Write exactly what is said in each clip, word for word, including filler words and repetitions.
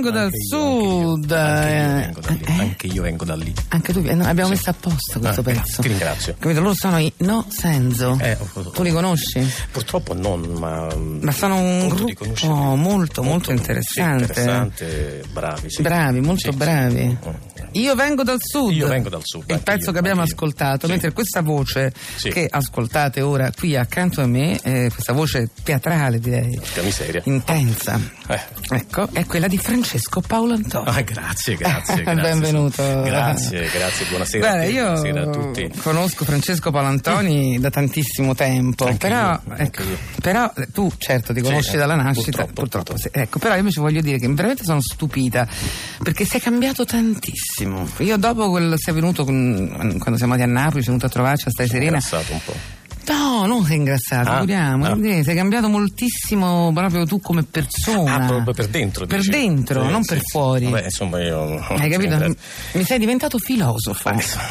vengo dal Anche io, sud. Anche io vengo da lì. Eh? Anche io vengo da lì. Anche tu, eh, no, abbiamo Sì. messo apposta questo Ah, pezzo. Ti ringrazio. Capito? Loro sono i No Senso. Eh, ho- ho- Tu li conosci? Purtroppo non, ma. Ma sono un Punto di gruppo conoscenza. molto, molto interessante. Sì, interessante, bravi. Sì. Bravi, molto Sì, bravi. sì. Mm. Io vengo dal sud. Io vengo dal sud, Il anche pezzo io, che abbiamo anche io. ascoltato, Sì. mentre questa voce Sì. che ascoltate ora qui accanto a me, eh, questa voce teatrale direi, Porca miseria. intensa, Eh. ecco, è quella di Francesco Paolo Antoni. Ah, grazie, grazie, grazie. Benvenuto. Grazie, grazie, buonasera. Guarda, a te, io buonasera a tutti. conosco Francesco Paolo Antoni da tantissimo tempo, Anche però, io, anche ecco, io. però eh, tu certo ti conosci Sì, dalla eh, nascita, purtroppo, purtroppo, purtroppo. sì. Ecco, però io invece voglio dire che veramente sono stupita perché sei cambiato tantissimo. Io dopo quel sei venuto con- quando siamo andati a Napoli, sei venuto a trovarci a Stai Serena. Ingrassato un po'. No, non sei ingrassato, Ah, figuriamo, ah. eh, sei cambiato moltissimo proprio tu come persona. Ah, proprio per dentro. Per dici? dentro, Sì, non sì, per sì. fuori. Vabbè, insomma, io. Hai capito? Sì, Mi sei diventato filosofo.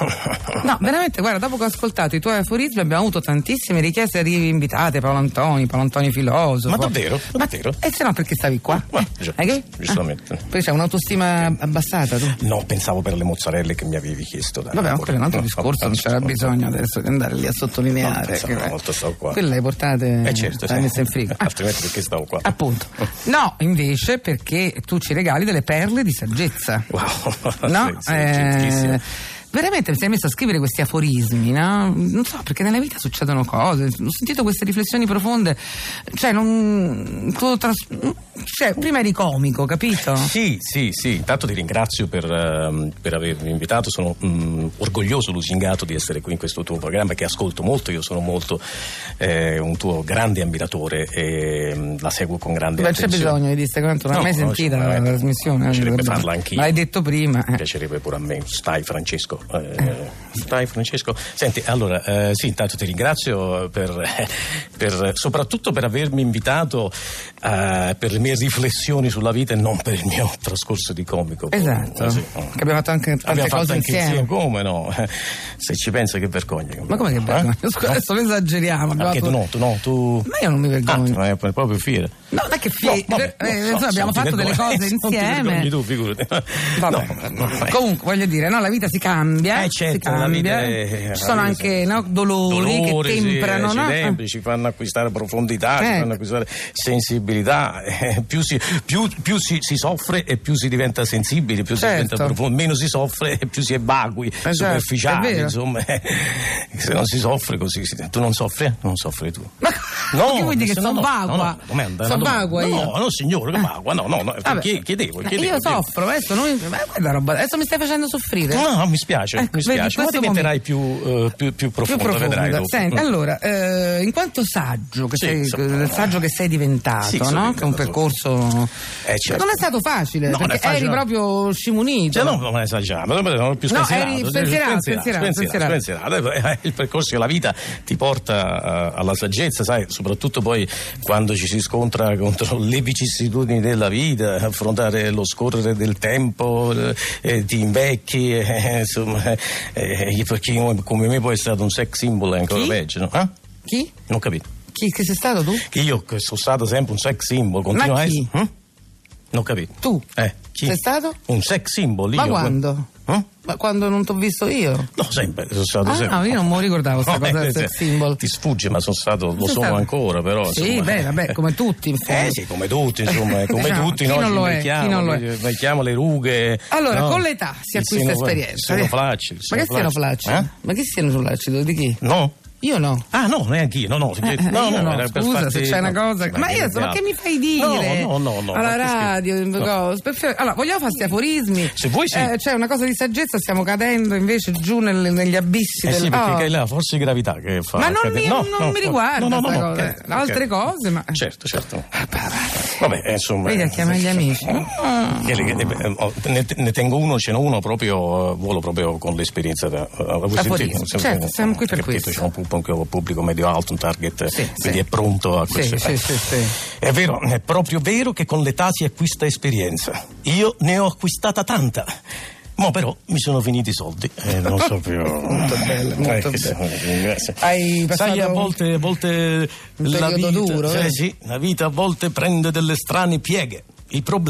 No, veramente, guarda, dopo che ho ascoltato i tuoi aforismi abbiamo avuto tantissime richieste di invitate, Paolo Antoni, Paolo Antoni filosofo. Ma davvero? Ma Davvero? E se no perché stavi qua? Ma, Eh, gi- hai capito? giustamente. Ah, perché c'è un'autostima abbassata tu? No, pensavo per le mozzarelle che mi avevi chiesto. Dai, Vabbè, ma quello è un altro No, discorso, non no, c'era no, bisogno no. adesso di andare lì a No, sottolineare. pensavo che- molto, stavo qua. Quelle le hai portate, Eh certo, le hai sì. messe in frigo. Ah, Altrimenti perché stavo qua? appunto. No, invece perché tu ci regali delle perle di saggezza. Wow. No? Sì, sì, Eh, gentilissimo. veramente mi sei messo a scrivere questi aforismi, no? Non so, perché nella vita succedono cose. Ho sentito queste riflessioni profonde. Cioè, non. tu tras- cioè, prima eri comico, capito? Sì, sì, sì. Intanto ti ringrazio per, ehm, per avermi invitato. Sono mm, orgoglioso, lusingato di essere qui in questo tuo programma che ascolto molto. Io sono molto eh, un tuo grande ammiratore e mm, la seguo con grande Beh, c'è attenzione. bisogno di queste cose, non l'hai No, mai no, sentita cioè, la veramente, trasmissione? mi piacerebbe Eh, farla anch'io. L'hai detto prima. Mi eh. piacerebbe pure a me. Stai, Francesco. Eh, stai, Francesco. Senti, allora, eh, sì, intanto ti ringrazio per, per soprattutto per avermi invitato eh, per le mie riflessioni sulla vita e non per il mio trascorso di comico. Esatto, Eh, sì. che abbiamo fatto anche tante Abbiamo fatto cose anche insieme. insieme, come no? Se ci pensi che vergogna. Ma come che vergogna? Eh? Scusa, adesso lo esageriamo. abbiamo Anche tu fatto- no, tu no, tu. Ma io non mi vergogno. Ah, tu è proprio fiera. No, non è che fi- No, vabbè, eh, no, insomma, no, abbiamo non ti fatto delle vergogni, cose non ti insieme. vergogni tu, figurati. Vabbè. No, no, Comunque voglio dire, no, la vita si cambia, Eh, certo, si cambia. la vita è- Ci sono la anche vita- no, dolori, Dolori, che temprano, sì, no? ci, tempri, ci fanno acquistare profondità, ci Ecco. fanno acquistare sensibilità. Eh, più si, più, più si, si soffre e più si diventa sensibili, più Certo. si diventa profondo, meno si soffre e più si è vagui, Esatto, superficiali, è vero. insomma. eh, se non si soffre così, si- tu non soffri? eh? Non soffri tu. Ma ma che vuoi dire che se sono no, no, vagua? no, no, com'è andata? Sono No, vagua no, io. No, no, signore, che vagua, no, no, no, Vabbè. chie- chiedevo, Eh, chiedevo. Io chiedevo. soffro, adesso non mi... ma guarda roba, adesso mi stai facendo soffrire. No, no, mi spiace, Ecco, mi vedi, spiace, ma questo diventerai più, eh, più, più Più profondo, profonda. vedrai dopo. Senti, Mm. allora, eh, in quanto saggio che Sì, sei, so- del saggio che sei diventato, Sì, sono no? Che è un diventato. percorso. Eh, certo. Non è stato facile, No, non perché è facile, eri no. proprio scimunito. Cioè, no, non esageriamo, sono più No, spensierato. eri cioè, spensierato, spensierato, spensierato. spensierato. Eh, Il percorso della vita ti porta eh, alla saggezza, sai, soprattutto poi quando ci si scontra contro le vicissitudini della vita, affrontare lo scorrere del tempo, eh, eh, ti invecchi, eh, insomma, eh, eh, per chi come me può essere stato un sex symbol è ancora Chi? peggio, no? Eh? Chi? Non ho capito. Chi che sei stato tu? Che io che sono stato sempre un sex symbol, continuo Ma a chi? essere. Hm? Non ho capito. Tu? Eh, chi? Sei stato? Un sex symbol. Ma io, quando? Eh? Ma quando non t'ho visto io? No, sempre, sono stato Ah, sempre. no, io non me lo ricordavo questa No, cosa eh, del sex sì, symbol. Ti sfugge, ma sono stato, lo Sei sono stato- ancora, però. Sì, insomma, beh, vabbè, come tutti, in fondo. Eh sì, come tutti, insomma, come Diciamo, tutti chi noi non ci lo è, mettiamo, chi non lo è. mettiamo le rughe. Allora, no? con l'età si Il acquista seno- esperienza. Il seno flaccido. il Ma che seno siano flaccido. flaccido? Ma che siano flaccido? Di chi? Eh? No? Io no. Ah no, neanche io, no, no, Eh, no, io no, era per scusa farti- se c'è una no, cosa. sì, Ma io niente ma che altro. mi fai dire? No, no, no, no, alla ma che radio, scherzo. No. cose. Perfetto. Allora, vogliamo farsi aforismi? Se vuoi sì. Eh, c'è una cosa di saggezza, stiamo cadendo invece giù nel- negli abissi Eh del sì, perché oh. è la forza di gravità che fa. Ma non cadere- mi, no, non no, mi no, riguarda no, no, sta no, cosa. ok, ok. Altre cose, ma Certo, certo. Ah, parazzi. Vabbè, eh, insomma. Vedi a chiamare gli amici. Che le- eh, oh, ne, ne tengo uno, ce n'è uno proprio, eh, vuolo proprio con l'esperienza da, uh, Aforismo, certo, siamo qui per questo. C'è un pubblico, un pubblico medio alto, un target, Sì, quindi sì. è pronto a Sì, questo. sì, sì, sì. È vero, è proprio vero che con l'età si acquista esperienza. Io ne ho acquistata tanta. Ma però mi sono finiti i soldi e non so più. Molto bello, molto Eh, che bello. sono- Hai passato Sai, a volte, a volte un la periodo vita, duro, sì, eh? sì, la vita a volte prende delle strane pieghe. Il problema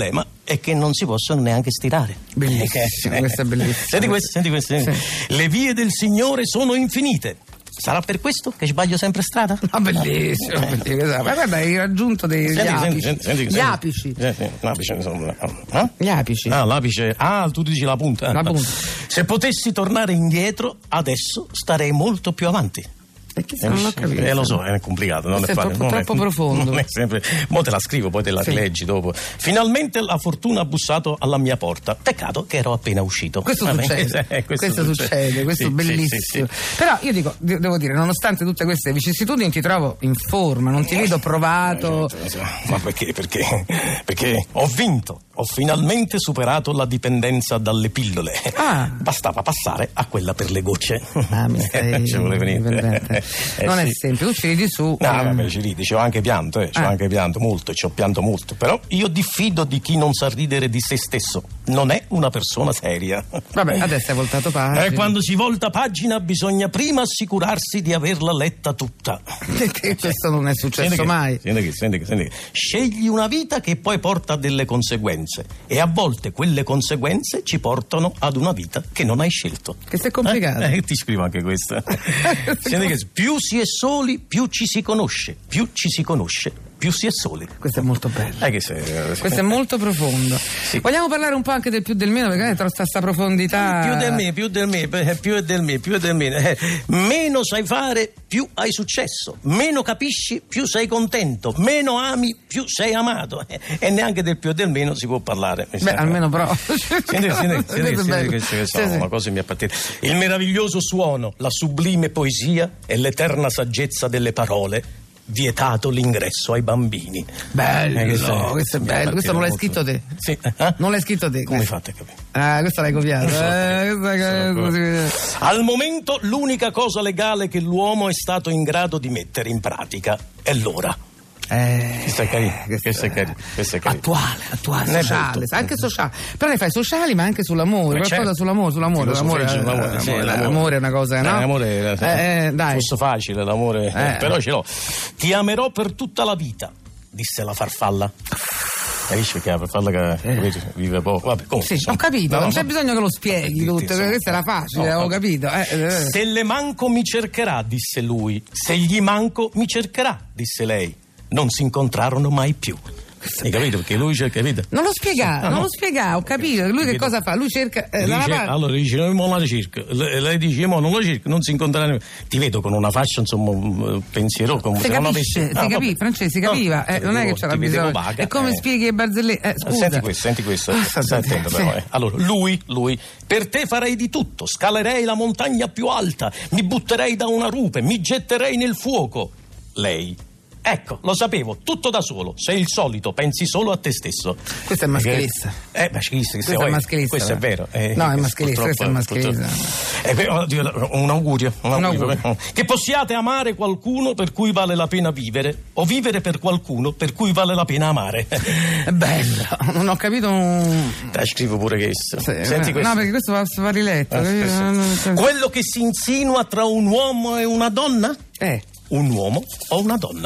e che non si possono neanche stirare. Bellissimo, questo è bellissimo. Senti questo, senti questo. Sì. Le vie del Signore sono infinite. Sarà per questo che sbaglio sempre strada? Ah, bellissimo, bellissimo. Ma guarda, hai raggiunto degli senti, apici. Senti, senti, Gli apici. Sì, sì, l'apice, insomma. Eh? Gli apici. Ah, l'apice. Ah, tu dici la punta. La punta. Se potessi tornare indietro, adesso starei molto più avanti. E che non l'ho capito. Eh, lo so, è complicato. Non Questo è, è facile, troppo, non troppo è, profondo. Non è sempre. Mo te la scrivo, poi te la sì. rileggi dopo. Finalmente la fortuna ha bussato alla mia porta. Peccato che ero appena uscito. Questo Vabbè, succede. eh, questo, questo succede, succede. Questo è sì, bellissimo. sì, sì, Però io dico, devo dire, nonostante tutte queste vicissitudini, ti trovo in forma, non ti vedo provato. Ma perché? Perché? Perché ho vinto. Ho finalmente superato la dipendenza dalle pillole. Ah. Bastava passare a quella per le gocce. Ah, mi stai ci vuole venire. Eh, non sì. è semplice, tu ci ridi su. No, ehm... vabbè, ci ridi, ci ho anche pianto, eh, ci ho ah. anche pianto molto, ci ho pianto molto. Però io diffido di chi non sa ridere di se stesso. Non è una persona seria. Vabbè, adesso hai voltato pagina. Eh, quando si volta pagina bisogna prima assicurarsi di averla letta tutta. Perché questo non è successo senti che, mai. Senti che, senti che, senti che. Scegli una vita che poi porta a delle conseguenze. E a volte quelle conseguenze ci portano ad una vita che non hai scelto. Che sei complicato. Eh, eh, ti scrivo anche questa. Senti che più si è soli, più ci si conosce. Più ci si conosce, più si è soli. Questo è molto bello. Eh, che sei, eh, Questo è molto profondo. Sì. Vogliamo parlare un po' anche del più del meno, perché tra questa profondità. Più del me, più del me, più del me, più del me. Eh, meno sai fare, più hai successo. Meno capisci, più sei contento. Meno ami, più sei amato. Eh, e neanche del più e del meno si può parlare. Beh, almeno però. Senti, senti, senti, senti che c'è sì, sì. una cosa che mi appartiene. Il meraviglioso suono, la sublime poesia e l'eterna saggezza delle parole. Vietato l'ingresso ai bambini. Bello, eh, questo, questo è bello. Questo non l'hai molto. scritto te? Sì. Eh? Non l'hai scritto te? Come fate a capire? Ah, questo l'hai copiato. So, eh, questa... so, Al momento l'unica cosa legale che l'uomo è stato in grado di mettere in pratica è l'ora. Eh, questo è carino, questo è carino, questo è carino. Attuale, attuale, sociale, anche sociale. Però ne fai sociali ma anche sull'amore, ma qualcosa certo. sull'amore, sull'amore, l'amore, l'amore, l'amore, sì, l'amore, l'amore è una cosa, no? Eh, l'amore eh, eh, dai. Fosse facile l'amore, eh. però ce l'ho. Ti amerò per tutta la vita, disse la farfalla. Capisci perché la farfalla che eh. vive poco? Vabbè, comunque, sì, ho capito, no, non c'è bisogno che lo spieghi tutto, questa era facile, no, avevo capito. Eh. Se le manco mi cercherà, disse lui. Se gli manco mi cercherà, disse lei. Non si incontrarono mai più. Hai capito? Perché lui cerca, capito? Non lo spiega, no, non no. lo spiega, ho capito. Lui che cosa fa? Lui cerca. Eh, lui cerca allora dice: noi non la cerco. Lei, lei dice: mo non la cerco, non si incontreranno. Ti vedo con una faccia, insomma, pensiero. Come si se capisce, non avessi... si capì, Francesco, si capiva. No, eh, non è che c'era bisogno. Vaga, e come eh. spieghi ai barzellette? Eh, scusa. Senti questo, senti questo. Ah, stai attento, sì. però. Eh. Allora, lui, lui, per te farei di tutto. Scalerei la montagna più alta, mi butterei da una rupe, mi getterei nel fuoco. Lei. Ecco, lo sapevo, tutto da solo. Sei il solito, pensi solo a te stesso. Questo è maschilista. Eh, maschilista, questo è maschilista. Questo è vero. Eh, no, è maschilista, questo è maschilista. Eh, un augurio, un un augurio. augurio. Che possiate amare qualcuno per cui vale la pena vivere, o vivere per qualcuno per cui vale la pena amare. È bello, non ho capito. Un... Te scrivo pure questo. Sì, Senti questo. No, perché questo va, va riletto. Ah, sì, sì. Quello che si insinua tra un uomo e una donna? Eh. Un uomo o una donna?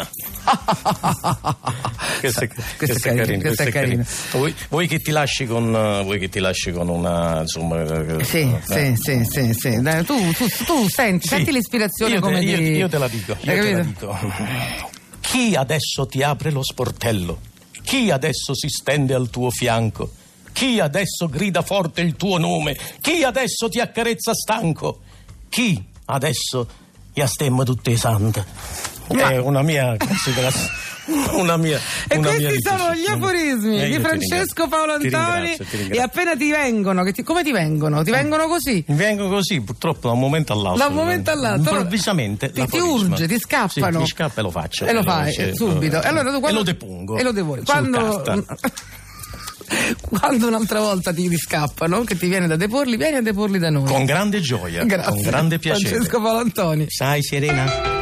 questo è, questo è carino, questo è carino. Vuoi, vuoi che ti lasci con vuoi che ti lasci con una insomma sì eh, sì sì sì, sì. Dai, tu, tu, tu senti, sì. senti l'ispirazione io come te, io, di... io te la dico, io te la dico. Chi adesso ti apre lo sportello? Chi adesso si stende al tuo fianco? Chi adesso grida forte il tuo nome? Chi adesso ti accarezza stanco? Chi adesso gli stemma tutte le sante? Ma... È una mia considerazione. Una mia, e una questi mia sono gli aforismi eh, di Francesco Paolo Antoni e appena ti vengono che ti, come ti vengono? Ti vengono così? Mi vengono così purtroppo da un momento all'altro da un momento all'altro improvvisamente ti, ti urge, ti scappano sì, mi scappa e lo faccio e lo fai cioè, subito e, allora tu quando, e lo depongo e lo devo quando quando un'altra volta ti riscappano che ti viene da deporli vieni a deporli da noi con grande gioia. Grazie. Con grande piacere. Francesco Paolo Antoni. Sai Serena